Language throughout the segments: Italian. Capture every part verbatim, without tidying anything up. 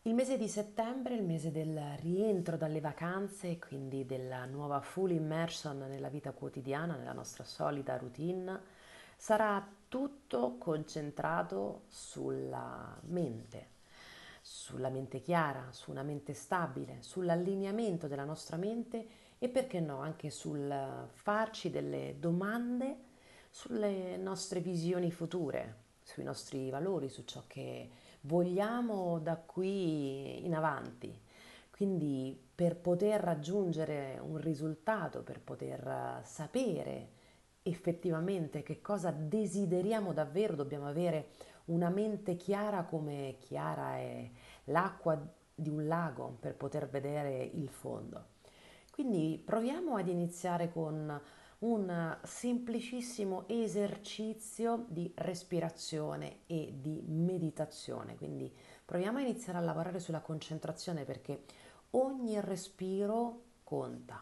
Il mese di settembre è il mese del rientro dalle vacanze, quindi della nuova full immersion nella vita quotidiana, nella nostra solita routine. Sarà tutto concentrato sulla mente, sulla mente chiara, su una mente stabile, sull'allineamento della nostra mente e perché no, anche sul farci delle domande sulle nostre visioni future, sui nostri valori, su ciò che vogliamo da qui in avanti. Quindi per poter raggiungere un risultato, per poter eh, sapere effettivamente che cosa desideriamo davvero, dobbiamo avere una mente chiara come chiara è l'acqua di un lago per poter vedere il fondo. Quindi proviamo ad iniziare con un semplicissimo esercizio di respirazione e di meditazione. Quindi proviamo a iniziare a lavorare sulla concentrazione perché ogni respiro conta.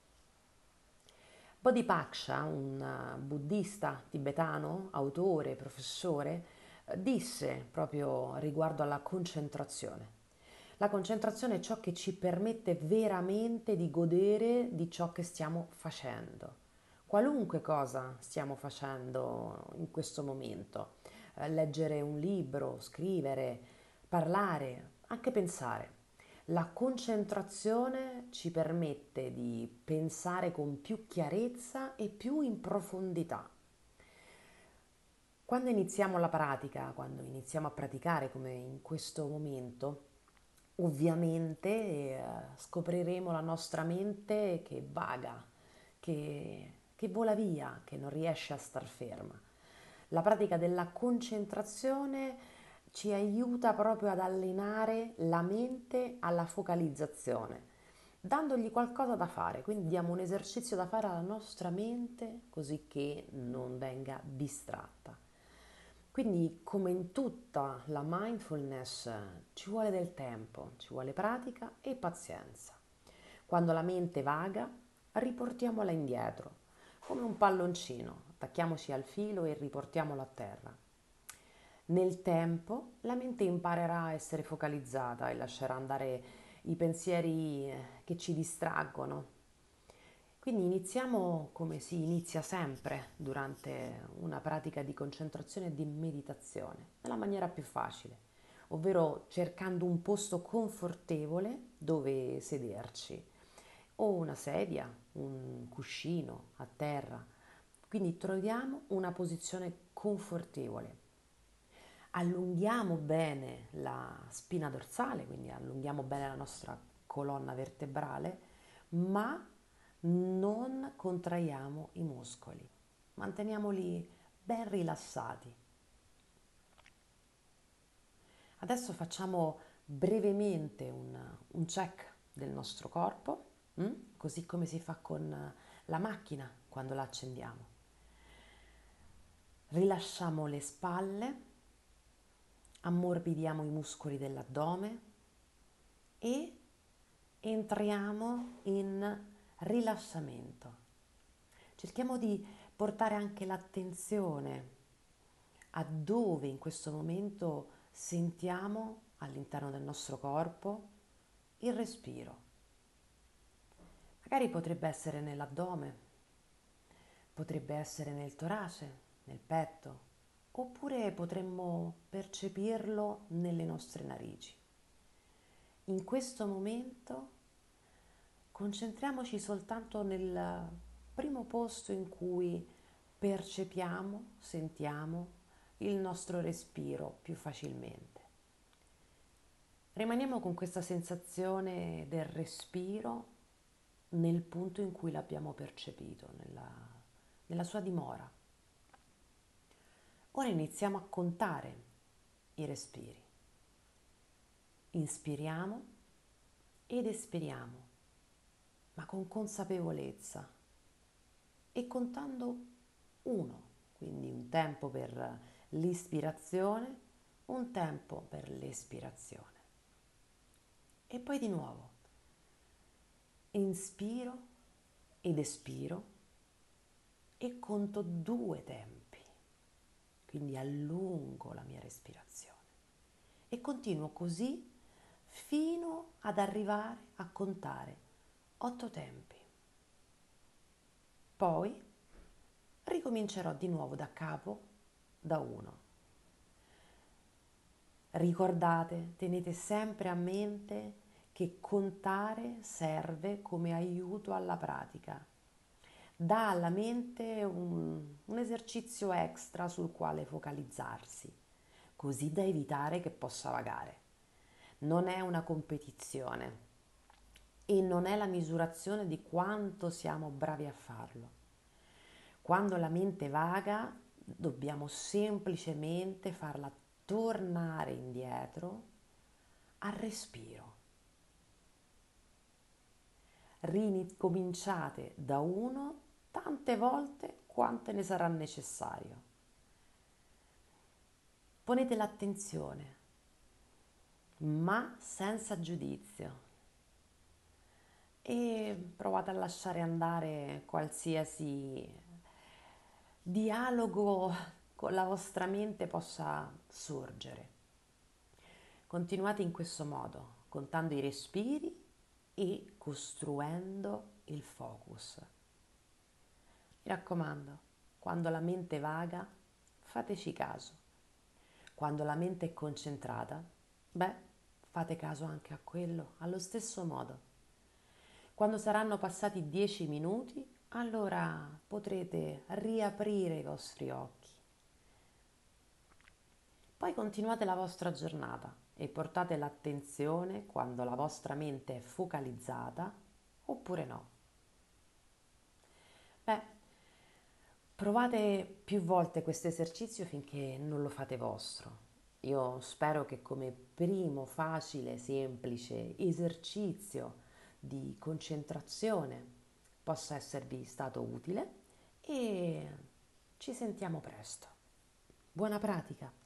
Bodhipaksha, un eh, buddista tibetano, autore, professore, eh, disse proprio riguardo alla concentrazione. La concentrazione è ciò che ci permette veramente di godere di ciò che stiamo facendo. Qualunque cosa stiamo facendo in questo momento, eh, leggere un libro, scrivere, parlare, anche pensare. La concentrazione ci permette di pensare con più chiarezza e più in profondità. Quando iniziamo la pratica, quando iniziamo a praticare come in questo momento, ovviamente eh, scopriremo la nostra mente che vaga, che, che vola via, che non riesce a star ferma. La pratica della concentrazione ci aiuta proprio ad allenare la mente alla focalizzazione, dandogli qualcosa da fare, quindi diamo un esercizio da fare alla nostra mente così che non venga distratta. Quindi, come in tutta la mindfulness, ci vuole del tempo, ci vuole pratica e pazienza. Quando la mente vaga, riportiamola indietro, come un palloncino, attacchiamoci al filo e riportiamolo a terra. Nel tempo la mente imparerà a essere focalizzata e lascerà andare i pensieri eh, che ci distraggono. Quindi iniziamo come si inizia sempre durante una pratica di concentrazione e di meditazione, nella maniera più facile, ovvero cercando un posto confortevole dove sederci, o una sedia, un cuscino a terra. Quindi troviamo una posizione confortevole. Allunghiamo bene la spina dorsale, quindi allunghiamo bene la nostra colonna vertebrale, ma non contraiamo i muscoli. Manteniamoli ben rilassati. Adesso facciamo brevemente un, un check del nostro corpo, mm? Così come si fa con la macchina quando la accendiamo. Rilasciamo le spalle, ammorbidiamo i muscoli dell'addome e entriamo in rilassamento. Cerchiamo di portare anche l'attenzione a dove in questo momento sentiamo all'interno del nostro corpo il respiro. Magari potrebbe essere nell'addome, potrebbe essere nel torace, nel petto, oppure potremmo percepirlo nelle nostre narici. In questo momento concentriamoci soltanto nel primo posto in cui percepiamo, sentiamo il nostro respiro più facilmente. Rimaniamo con questa sensazione del respiro nel punto in cui l'abbiamo percepito, nella, nella sua dimora. Ora iniziamo a contare i respiri. Inspiriamo ed espiriamo, ma con consapevolezza e contando uno, quindi un tempo per l'ispirazione, un tempo per l'espirazione. E poi di nuovo, inspiro ed espiro e conto due tempi, quindi allungo la mia respirazione e continuo così fino ad arrivare a contare otto tempi. Poi ricomincerò di nuovo da capo, da uno. Ricordate, tenete sempre a mente che contare serve come aiuto alla pratica. Dà alla mente un, un esercizio extra sul quale focalizzarsi, così da evitare che possa vagare. Non è una competizione e non è la misurazione di quanto siamo bravi a farlo. Quando la mente vaga, dobbiamo semplicemente farla tornare indietro al respiro. Ricominciate da uno tante volte quante ne sarà necessario. Ponete l'attenzione, ma senza giudizio, e provate a lasciare andare qualsiasi dialogo con la vostra mente possa sorgere. Continuate in questo modo, contando i respiri e costruendo il focus. Mi raccomando, quando la mente vaga, fateci caso. Quando la mente è concentrata, beh, fate caso anche a quello, allo stesso modo. Quando saranno passati dieci minuti, allora potrete riaprire i vostri occhi. Poi continuate la vostra giornata e portate l'attenzione quando la vostra mente è focalizzata oppure no. Beh, provate più volte questo esercizio finché non lo fate vostro. Io spero che come primo facile, semplice esercizio di concentrazione possa esservi stato utile e ci sentiamo presto. Buona pratica!